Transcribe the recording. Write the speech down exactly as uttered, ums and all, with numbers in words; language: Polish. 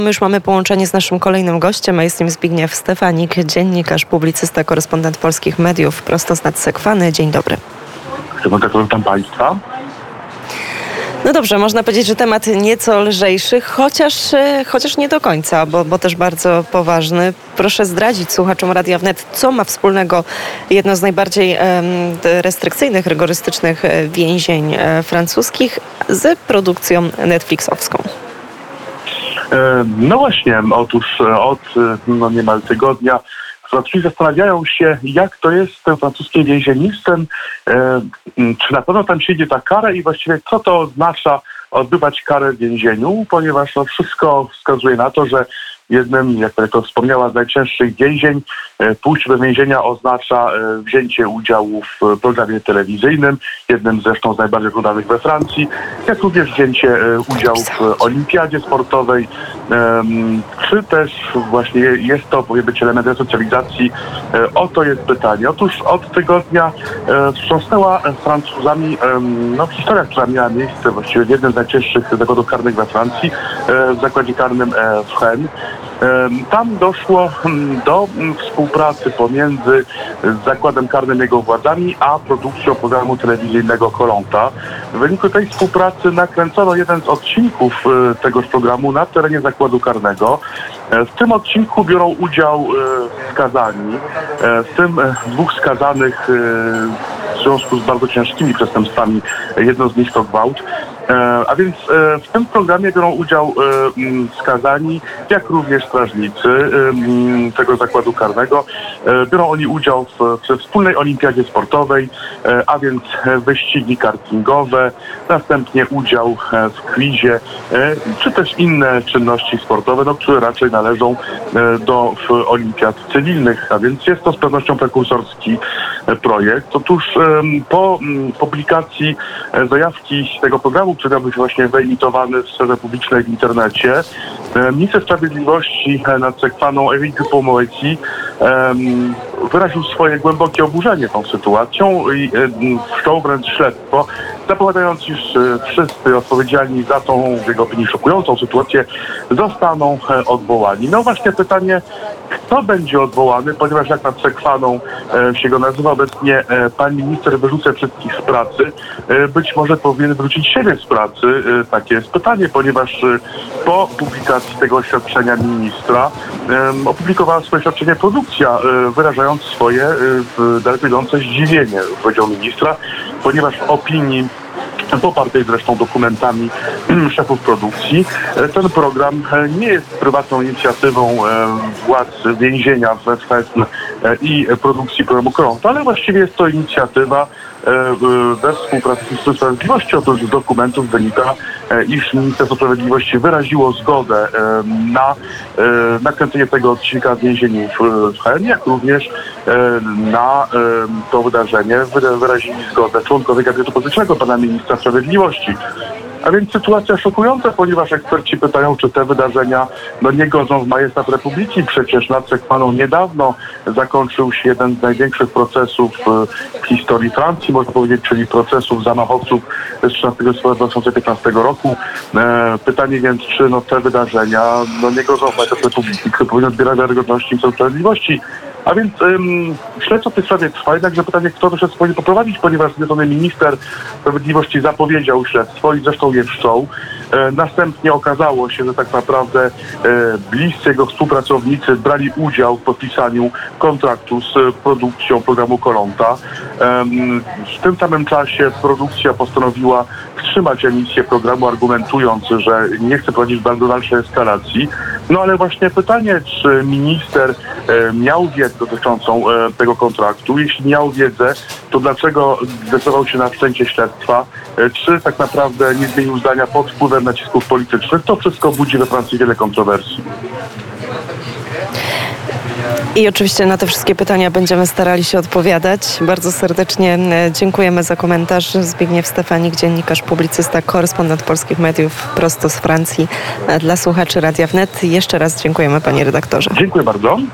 My już mamy połączenie z naszym kolejnym gościem, a jest nim Zbigniew Stefanik, dziennikarz, publicysta, korespondent Polskich Mediów, prosto z Nadsekwany. Dzień dobry. Witam Państwa. No dobrze, można powiedzieć, że temat nieco lżejszy, chociaż, chociaż nie do końca, bo, bo też bardzo poważny. Proszę zdradzić słuchaczom Radia Wnet, co ma wspólnego jedno z najbardziej restrykcyjnych, rygorystycznych więzień francuskich z produkcją netflixowską. No właśnie, otóż od no niemal tygodnia Francuzi zastanawiają się, jak to jest z tym francuskim więziennictwem, czy na pewno tam siedzi ta kara i właściwie co to oznacza odbywać karę w więzieniu, ponieważ no wszystko wskazuje na to, że jednym, jak to wspomniała, z najcięższych więzień, pójście do więzienia oznacza wzięcie udziału w programie telewizyjnym, jednym zresztą z najbardziej oglądanych we Francji, jak również wzięcie udziału w olimpiadzie sportowej, czy też właśnie jest to, powinien być element resocjalizacji. Oto jest pytanie. Otóż od tygodnia wstrząsnęła Francuzami no, historia, która miała miejsce właściwie w jednym z najcięższych zakładów karnych we Francji, w zakładzie karnym w Rennes. Tam doszło do współpracy pomiędzy zakładem karnym i jego władzami, a produkcją programu telewizyjnego Koh-Lanta. W wyniku tej współpracy nakręcono jeden z odcinków tegoż programu na terenie zakładu karnego. W tym odcinku biorą udział skazani, w tym dwóch skazanych w związku z bardzo ciężkimi przestępstwami. Jedno z nich to gwałt. A więc w tym programie biorą udział skazani, jak również strażnicy tego zakładu karnego. Biorą oni udział w, w wspólnej olimpiadzie sportowej, a więc wyścigi kartingowe, następnie udział w quizie, czy też inne czynności sportowe, no, które raczej należą do olimpiad cywilnych, a więc jest to z pewnością prekursorski projekt. Otóż po publikacji zajawki tego programu, który miał być właśnie wyemitowany w sferze publicznej w internecie, minister sprawiedliwości nad Sekwaną Éric Dupond-Moretti wyraził swoje głębokie oburzenie tą sytuacją i wszczął wręcz śledztwo, zapowiadając, iż wszyscy odpowiedzialni za tą, w jego opinii, szokującą sytuację zostaną odwołani. No właśnie pytanie, kto będzie odwołany, ponieważ jak nad Sekwaną się go nazywa obecnie pan minister wyrzuca wszystkich z pracy, być może powinien wrócić siebie z pracy. Takie jest pytanie, ponieważ po publikacji tego oświadczenia ministra opublikowała swoje oświadczenie produkcja, wyrażając swoje daleko idące zdziwienie, powiedział ministra, ponieważ w opinii popartej zresztą dokumentami szefów produkcji, ten program nie jest prywatną inicjatywą władz więzienia we Fresnes i produkcji programu Koh-Lanta, ale właściwie jest to inicjatywa we współpracy z Ministerstwem Sprawiedliwości. Otóż z dokumentów wynika, iż Ministerstwo Sprawiedliwości wyraziło zgodę na nakręcenie tego odcinka w więzieniu w Rennes, jak również na to wydarzenie wyrazili zgodę członkowie gabinetu politycznego pana ministra Sprawiedliwości. A więc sytuacja szokująca, ponieważ eksperci pytają, czy te wydarzenia no, nie godzą w majestat Republiki. Przecież nad Sekwaną niedawno zakończył się jeden z największych procesów w historii Francji, można powiedzieć, czyli procesów zamachowców z trzynastego listopada dwa tysiące piętnastego roku. E, pytanie więc, czy no, te wydarzenia no, nie godzą w majestat Republiki, które powinny odbierać wiarygodności Ministerstwa Sprawiedliwości. A więc ym, śledztwo w tej sprawie trwa, jednakże pytanie, kto to śledztwo powinien poprowadzić, ponieważ zwiedzony minister sprawiedliwości zapowiedział śledztwo i zresztą je wszczął. E, następnie okazało się, że tak naprawdę e, bliscy jego współpracownicy brali udział w podpisaniu kontraktu z produkcją programu Koh-Lanta. E, w tym samym czasie produkcja postanowiła wstrzymać emisję programu, argumentując, że nie chce prowadzić do dalszej eskalacji. No ale właśnie pytanie, czy minister e, miał wiedzę dotyczącą e, tego kontraktu? Jeśli miał wiedzę, to dlaczego zdecydował się na wszczęcie śledztwa? E, czy tak naprawdę nie zmienił zdania pod wpływem nacisków politycznych? To wszystko budzi we Francji wiele kontrowersji. I oczywiście na te wszystkie pytania będziemy starali się odpowiadać. Bardzo serdecznie dziękujemy za komentarz. Zbigniew Stefanik, dziennikarz, publicysta, korespondent Polskich Mediów prosto z Francji dla słuchaczy Radia Wnet. Jeszcze raz dziękujemy, panie redaktorze. Dziękuję bardzo.